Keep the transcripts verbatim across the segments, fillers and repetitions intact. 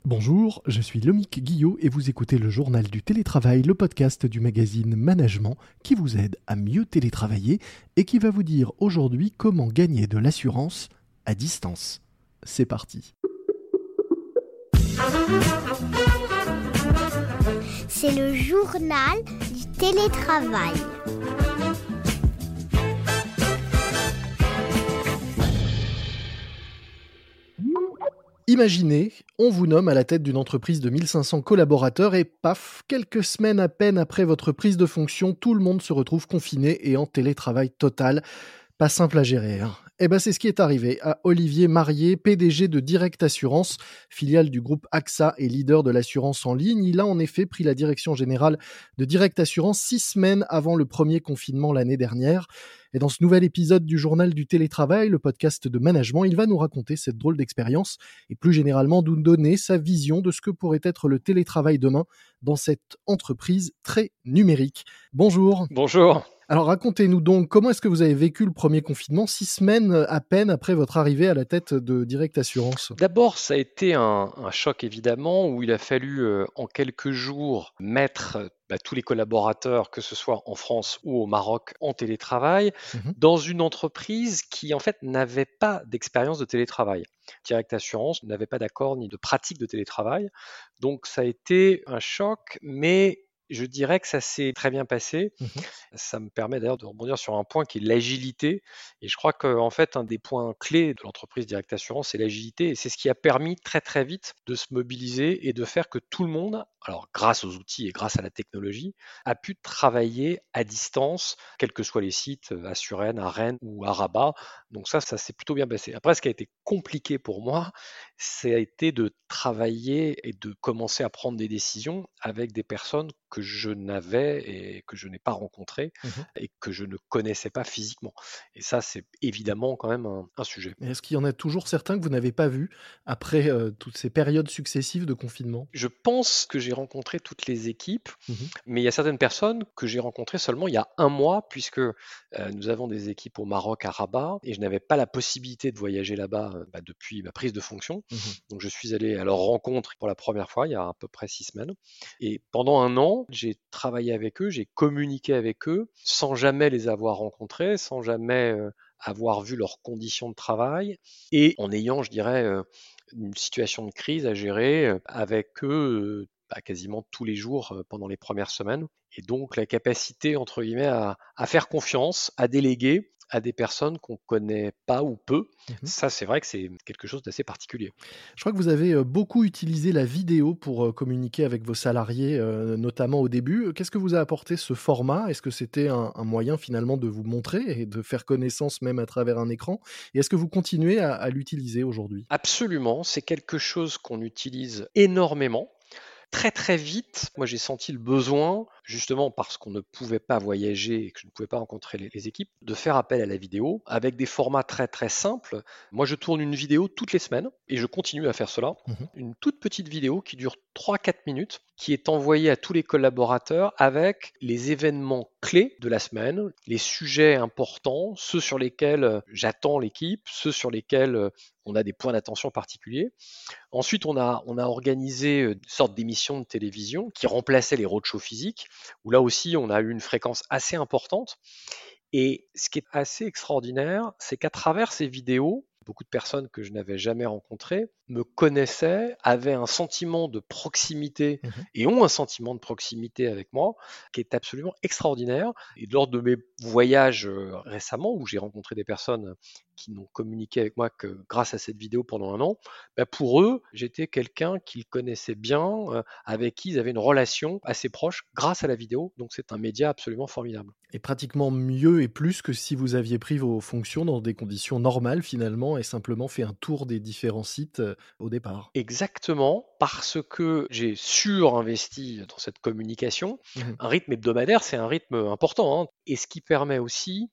Bonjour, je suis Lomique Guillot et vous écoutez le Journal du Télétravail, le podcast du magazine Management qui vous aide à mieux télétravailler et qui va vous dire aujourd'hui comment gagner de l'assurance à distance. C'est parti. C'est le journal du télétravail. Imaginez, on vous nomme à la tête d'une entreprise de mille cinq cents collaborateurs et paf, quelques semaines à peine après votre prise de fonction, tout le monde se retrouve confiné et en télétravail total. Pas simple à gérer, hein. Eh ben c'est ce qui est arrivé à Olivier Marié, P D G de Direct Assurance, filiale du groupe A X A et leader de l'assurance en ligne. Il a en effet pris la direction générale de Direct Assurance six semaines avant le premier confinement l'année dernière. Et dans ce nouvel épisode du Journal du Télétravail, le podcast de management, il va nous raconter cette drôle d'expérience et plus généralement nous donner sa vision de ce que pourrait être le télétravail demain dans cette entreprise très numérique. Bonjour. Bonjour. Alors racontez-nous donc, comment est-ce que vous avez vécu le premier confinement, six semaines à peine après votre arrivée à la tête de Direct Assurance ? D'abord, ça a été un, un choc évidemment, où il a fallu euh, en quelques jours mettre euh, bah, tous les collaborateurs, que ce soit en France ou au Maroc, en télétravail, Mhm. dans une entreprise qui en fait n'avait pas d'expérience de télétravail. Direct Assurance n'avait pas d'accord ni de pratique de télétravail, donc ça a été un choc, mais je dirais que ça s'est très bien passé. Mhm. Ça me permet d'ailleurs de rebondir sur un point qui est l'agilité. Et je crois qu'en fait, un des points clés de l'entreprise Direct Assurance, c'est l'agilité. Et c'est ce qui a permis très très vite de se mobiliser et de faire que tout le monde, alors grâce aux outils et grâce à la technologie, a pu travailler à distance, quels que soient les sites, à Suresnes, à Rennes ou à Rabat. Donc ça, ça s'est plutôt bien passé. Après, ce qui a été compliqué pour moi, ça a été de travailler et de commencer à prendre des décisions avec des personnes que je n'avais et que je n'ai pas rencontrées Mhm. et que je ne connaissais pas physiquement. Et ça, c'est évidemment quand même un, un sujet. Et est-ce qu'il y en a toujours certains que vous n'avez pas vus après euh, toutes ces périodes successives de confinement ? Je pense que j'ai rencontré toutes les équipes, Mhm. mais il y a certaines personnes que j'ai rencontrées seulement il y a un mois, puisque euh, nous avons des équipes au Maroc, à Rabat, et je n'avais pas la possibilité de voyager là-bas euh, bah, depuis ma prise de fonction. Mhm. Donc je suis allé à leur rencontre pour la première fois, il y a à peu près six semaines. Et pendant un an, j'ai travaillé avec eux, j'ai communiqué avec eux, sans jamais les avoir rencontrés, sans jamais euh, avoir vu leurs conditions de travail, et en ayant, je dirais, euh, une situation de crise à gérer euh, avec eux euh, bah, quasiment tous les jours euh, pendant les premières semaines. Et donc la capacité, entre guillemets, à, à faire confiance, à déléguer à des personnes qu'on connaît pas ou peu, Mhm. ça c'est vrai que c'est quelque chose d'assez particulier. Je crois que vous avez euh, beaucoup utilisé la vidéo pour euh, communiquer avec vos salariés, euh, notamment au début. Qu'est-ce que vous a apporté ce format ? Est-ce que c'était un, un moyen finalement de vous montrer et de faire connaissance même à travers un écran ? Et est-ce que vous continuez à, à l'utiliser aujourd'hui ? Absolument, c'est quelque chose qu'on utilise énormément. Très très vite, moi j'ai senti le besoin, justement parce qu'on ne pouvait pas voyager et que je ne pouvais pas rencontrer les, les équipes, de faire appel à la vidéo avec des formats très très simples. Moi je tourne une vidéo toutes les semaines et je continue à faire cela. Mhm. Une toute petite vidéo qui dure trois quatre minutes, qui est envoyée à tous les collaborateurs avec les événements clés de la semaine, les sujets importants, ceux sur lesquels euh, j'attends l'équipe, ceux sur lesquels euh, on a des points d'attention particuliers. Ensuite, on a, on a organisé une sorte d'émission de télévision qui remplaçait les roadshows physiques, où là aussi, on a eu une fréquence assez importante. Et ce qui est assez extraordinaire, c'est qu'à travers ces vidéos, beaucoup de personnes que je n'avais jamais rencontrées me connaissaient, avaient un sentiment de proximité Mhm. et ont un sentiment de proximité avec moi qui est absolument extraordinaire. Et lors de mes voyages euh, récemment, où j'ai rencontré des personnes qui n'ont communiqué avec moi que grâce à cette vidéo pendant un an, bah, pour eux, j'étais quelqu'un qu'ils connaissaient bien, euh, avec qui ils avaient une relation assez proche grâce à la vidéo. Donc c'est un média absolument formidable. Et pratiquement mieux et plus que si vous aviez pris vos fonctions dans des conditions normales finalement et simplement fait un tour des différents sites euh, au départ. Exactement, parce que j'ai surinvesti dans cette communication. Mhm. Un rythme hebdomadaire, c'est un rythme important, hein, et ce qui permet aussi de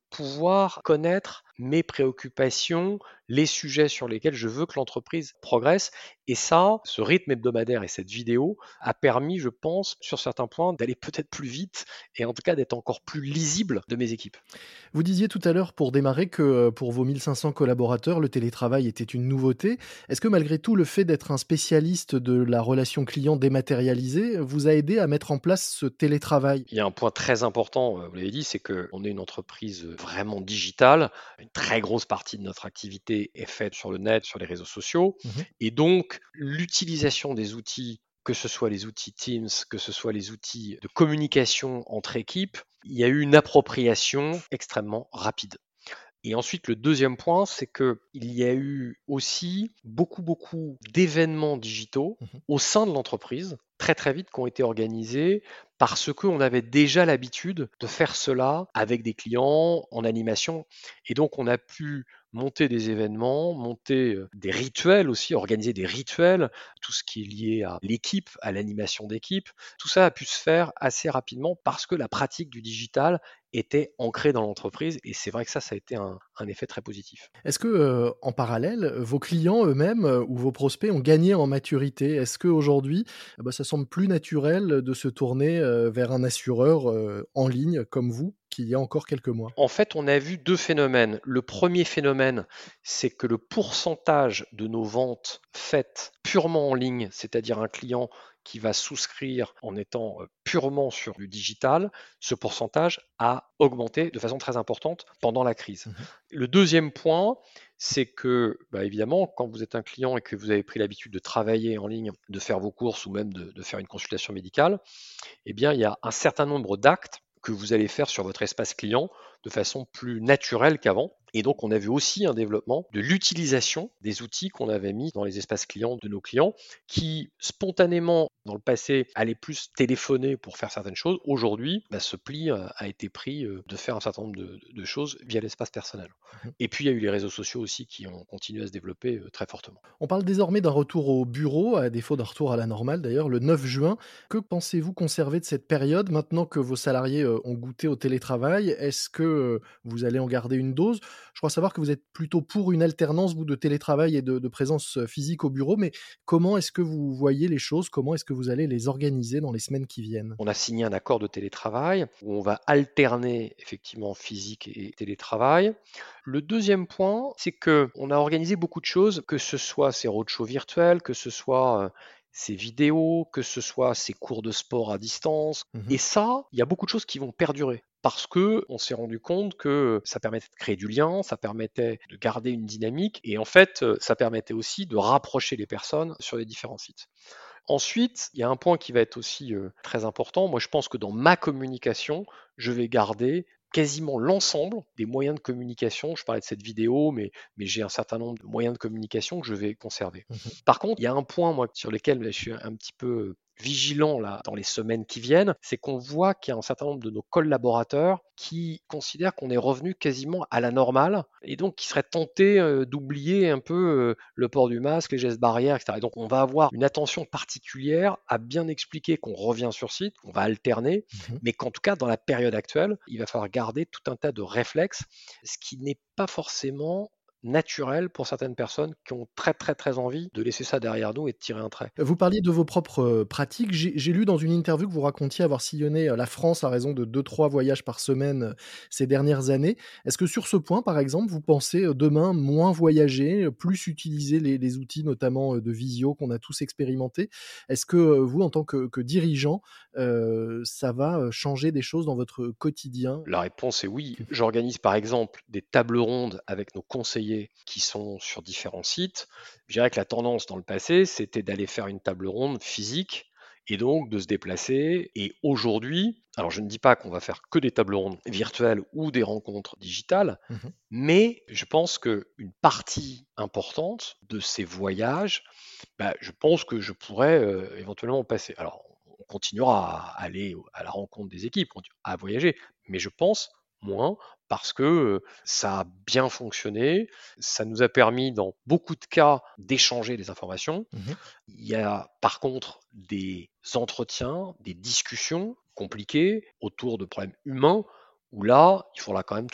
pouvoir connaître mes préoccupations, les sujets sur lesquels je veux que l'entreprise progresse. Et ça, ce rythme hebdomadaire et cette vidéo a permis, je pense, sur certains points, d'aller peut-être plus vite et en tout cas d'être encore plus lisible de mes équipes. Vous disiez tout à l'heure pour démarrer que euh, pour vos mille cinq cents collaborateurs, le télétravail était une nouveauté. Est-ce que malgré tout, le fait d'être un spécialiste de la relation client dématérialisée vous a aidé à mettre en place ce télétravail? Il y a un point très important, euh, vous l'avez dit, c'est qu'on est une entreprise vraiment digitale. Une très grosse partie de notre activité est faite sur le net, sur les réseaux sociaux. Mhm. Et donc, l'utilisation des outils, que ce soit les outils Teams, que ce soit les outils de communication entre équipes, il y a eu une appropriation extrêmement rapide. Et ensuite, le deuxième point, c'est qu'il y a eu aussi beaucoup, beaucoup d'événements digitaux Mhm. au sein de l'entreprise, très très vite, qui ont été organisés parce qu'on avait déjà l'habitude de faire cela avec des clients en animation. Et donc, on a pu monter des événements, monter euh, des rituels aussi, organiser des rituels, tout ce qui est lié à l'équipe, à l'animation d'équipe. Tout ça a pu se faire assez rapidement parce que la pratique du digital était ancrée dans l'entreprise. Et c'est vrai que ça, ça a été un, un effet très positif. Est-ce que, heu, en parallèle, vos clients eux-mêmes, heu, ou vos prospects ont gagné en maturité? Est-ce qu'aujourd'hui, ah bah, ça semble plus naturel de se tourner, heu, vers un assureur, heu, en ligne comme vous, qu'il y a encore quelques mois? En fait, on a vu deux phénomènes. Le premier phénomène, c'est que le pourcentage de nos ventes faites purement en ligne, c'est-à-dire un client qui va souscrire en étant euh, purement sur du digital, ce pourcentage a augmenté de façon très importante pendant la crise. Mmh. Le deuxième point, c'est que, bah, évidemment, quand vous êtes un client et que vous avez pris l'habitude de travailler en ligne, de faire vos courses ou même de, de faire une consultation médicale, eh bien, il y a un certain nombre d'actes que vous allez faire sur votre espace client de façon plus naturelle qu'avant. Et donc, on a vu aussi un développement de l'utilisation des outils qu'on avait mis dans les espaces clients de nos clients, qui spontanément, dans le passé, allaient plus téléphoner pour faire certaines choses. Aujourd'hui, bah, ce pli euh, a été pris euh, de faire un certain nombre de, de choses via l'espace personnel. Mmh. Et puis, il y a eu les réseaux sociaux aussi qui ont continué à se développer euh, très fortement. On parle désormais d'un retour au bureau, à défaut d'un retour à la normale d'ailleurs, le neuf juin. Que pensez-vous conserver de cette période maintenant que vos salariés, heu, ont goûté au télétravail? Est-ce que, heu, vous allez en garder une dose? Je crois savoir que vous êtes plutôt pour une alternance, vous, de télétravail et de de présence, heu, physique au bureau, mais comment est-ce que vous voyez les choses? Comment est-ce que vous allez les organiser dans les semaines qui viennent? On a signé un accord de télétravail où on va alterner effectivement physique et télétravail. Le deuxième point, c'est que on a organisé beaucoup de choses, que ce soit ces roadshows virtuels, que ce soit euh, ces vidéos, que ce soit ces cours de sport à distance. Mmh. Et ça, il y a beaucoup de choses qui vont perdurer. Parce que on s'est rendu compte que ça permettait de créer du lien, ça permettait de garder une dynamique, et en fait, euh, ça permettait aussi de rapprocher les personnes sur les différents sites. Ensuite, il y a un point qui va être aussi euh, très important. Moi, je pense que dans ma communication, je vais garder quasiment l'ensemble des moyens de communication. Je parlais de cette vidéo, mais, mais j'ai un certain nombre de moyens de communication que je vais conserver. Mmh. Par contre, il y a un point, moi, sur lequel je suis un petit peu vigilant là dans les semaines qui viennent, c'est qu'on voit qu'il y a un certain nombre de nos collaborateurs qui considèrent qu'on est revenu quasiment à la normale et donc qui seraient tentés euh, d'oublier un peu euh, le port du masque, les gestes barrières, et cetera. Et donc on va avoir une attention particulière à bien expliquer qu'on revient sur site, qu'on va alterner, Mmh. mais qu'en tout cas dans la période actuelle, il va falloir garder tout un tas de réflexes, ce qui n'est pas forcément naturel pour certaines personnes qui ont très très très envie de laisser ça derrière nous et de tirer un trait. Vous parliez de vos propres, heu, pratiques. J'ai j'ai lu dans une interview que vous racontiez avoir sillonné, heu, la France à raison de deux trois voyages par semaine, heu, ces dernières années. Est-ce que sur ce point, par exemple, vous pensez, heu, demain moins voyager, heu, plus utiliser les les outils notamment, heu, de visio qu'on a tous expérimentés? Est-ce que, heu, vous, en tant que que dirigeant, heu, ça va, heu, changer des choses dans votre quotidien? La réponse est oui. J'organise par exemple des tables rondes avec nos conseillers qui sont sur différents sites. Je dirais que la tendance dans le passé, c'était d'aller faire une table ronde physique et donc de se déplacer. Et aujourd'hui, alors je ne dis pas qu'on va faire que des tables rondes virtuelles ou des rencontres digitales, Mmh. mais je pense qu'une partie importante de ces voyages, bah, je pense que je pourrais euh, éventuellement passer. Alors, on continuera à aller au- à la rencontre des équipes, on continue à voyager, mais je pense moins parce que euh, ça a bien fonctionné, ça nous a permis dans beaucoup de cas d'échanger des informations. Mmh. Il y a par contre des entretiens, des discussions compliquées autour de problèmes humains où là, il faudra quand même toujours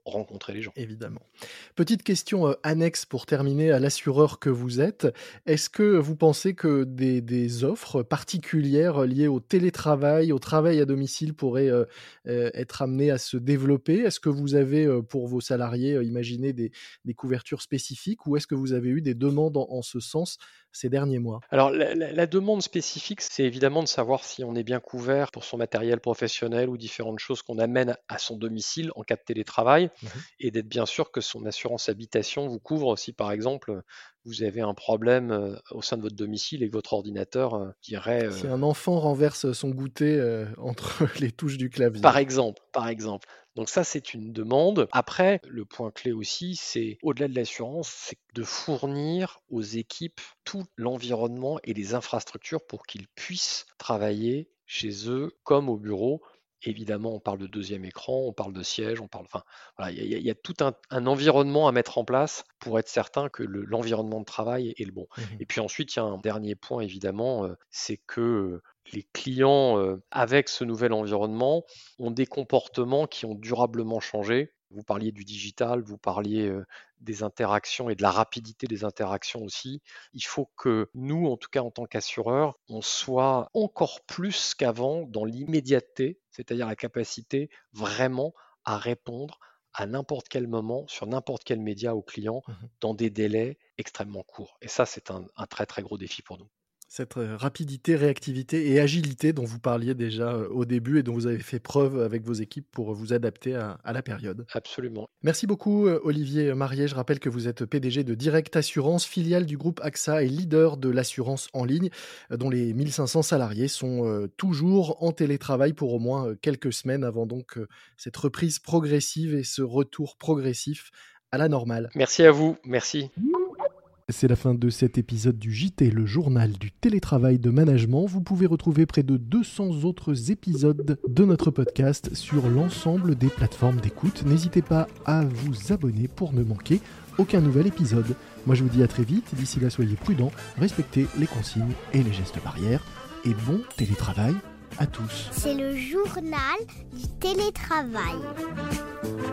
rencontrer les gens. Évidemment. Petite question euh, annexe pour terminer à l'assureur que vous êtes. Est-ce que vous pensez que des, des offres particulières liées au télétravail, au travail à domicile pourraient euh, euh, être amenées à se développer? Est-ce que vous avez euh, pour vos salariés euh, imaginé des, des couvertures spécifiques ou est-ce que vous avez eu des demandes en, en ce sens ces derniers mois? Alors, la, la- la demande spécifique, c'est évidemment de savoir si on est bien couvert pour son matériel professionnel ou différentes choses qu'on amène à son domicile en cas de télétravail, Mhm. et d'être bien sûr que son assurance habitation vous couvre si, par exemple, vous avez un problème euh, au sein de votre domicile et que votre ordinateur euh, dirait, Si euh, un enfant renverse son goûter euh, entre les touches du clavier. par exemple, par exemple. Donc ça, c'est une demande. Après, le point clé aussi, c'est au-delà de l'assurance, c'est de fournir aux équipes tout l'environnement et les infrastructures pour qu'ils puissent travailler chez eux comme au bureau. Évidemment, on parle de deuxième écran, on parle de siège, on parle. Enfin, voilà, il y, a- il y a tout un, un environnement à mettre en place pour être certain que le- l'environnement de travail est le bon. Mhm. Et puis ensuite, il y a un dernier point, évidemment, euh, c'est que les clients, euh, avec ce nouvel environnement, ont des comportements qui ont durablement changé. Vous parliez du digital, vous parliez euh, des interactions et de la rapidité des interactions aussi. Il faut que nous, en tout cas en tant qu'assureurs, on soit encore plus qu'avant dans l'immédiateté, c'est-à-dire la capacité vraiment à répondre à n'importe quel moment, sur n'importe quel média aux clients, Mhm. dans des délais extrêmement courts. Et ça, c'est un, un très très gros défi pour nous. Cette euh, rapidité, réactivité et agilité dont vous parliez déjà euh, au début et dont vous avez fait preuve avec vos équipes pour vous adapter à, à la période. Absolument. Merci beaucoup euh, Olivier Marié. Je rappelle que vous êtes P D G de Direct Assurance, filiale du groupe A X A et leader de l'assurance en ligne, euh, dont les mille cinq cents salariés sont euh, toujours en télétravail pour au moins euh, quelques semaines avant donc euh, cette reprise progressive et ce retour progressif à la normale. Merci à vous. Merci. C'est la fin de cet épisode du J T, le journal du télétravail de management. Vous pouvez retrouver près de deux cents autres épisodes de notre podcast sur l'ensemble des plateformes d'écoute. N'hésitez pas à vous abonner pour ne manquer aucun nouvel épisode. Moi je vous dis à très vite, d'ici là soyez prudents, respectez les consignes et les gestes barrières et bon télétravail à tous. C'est le journal du télétravail.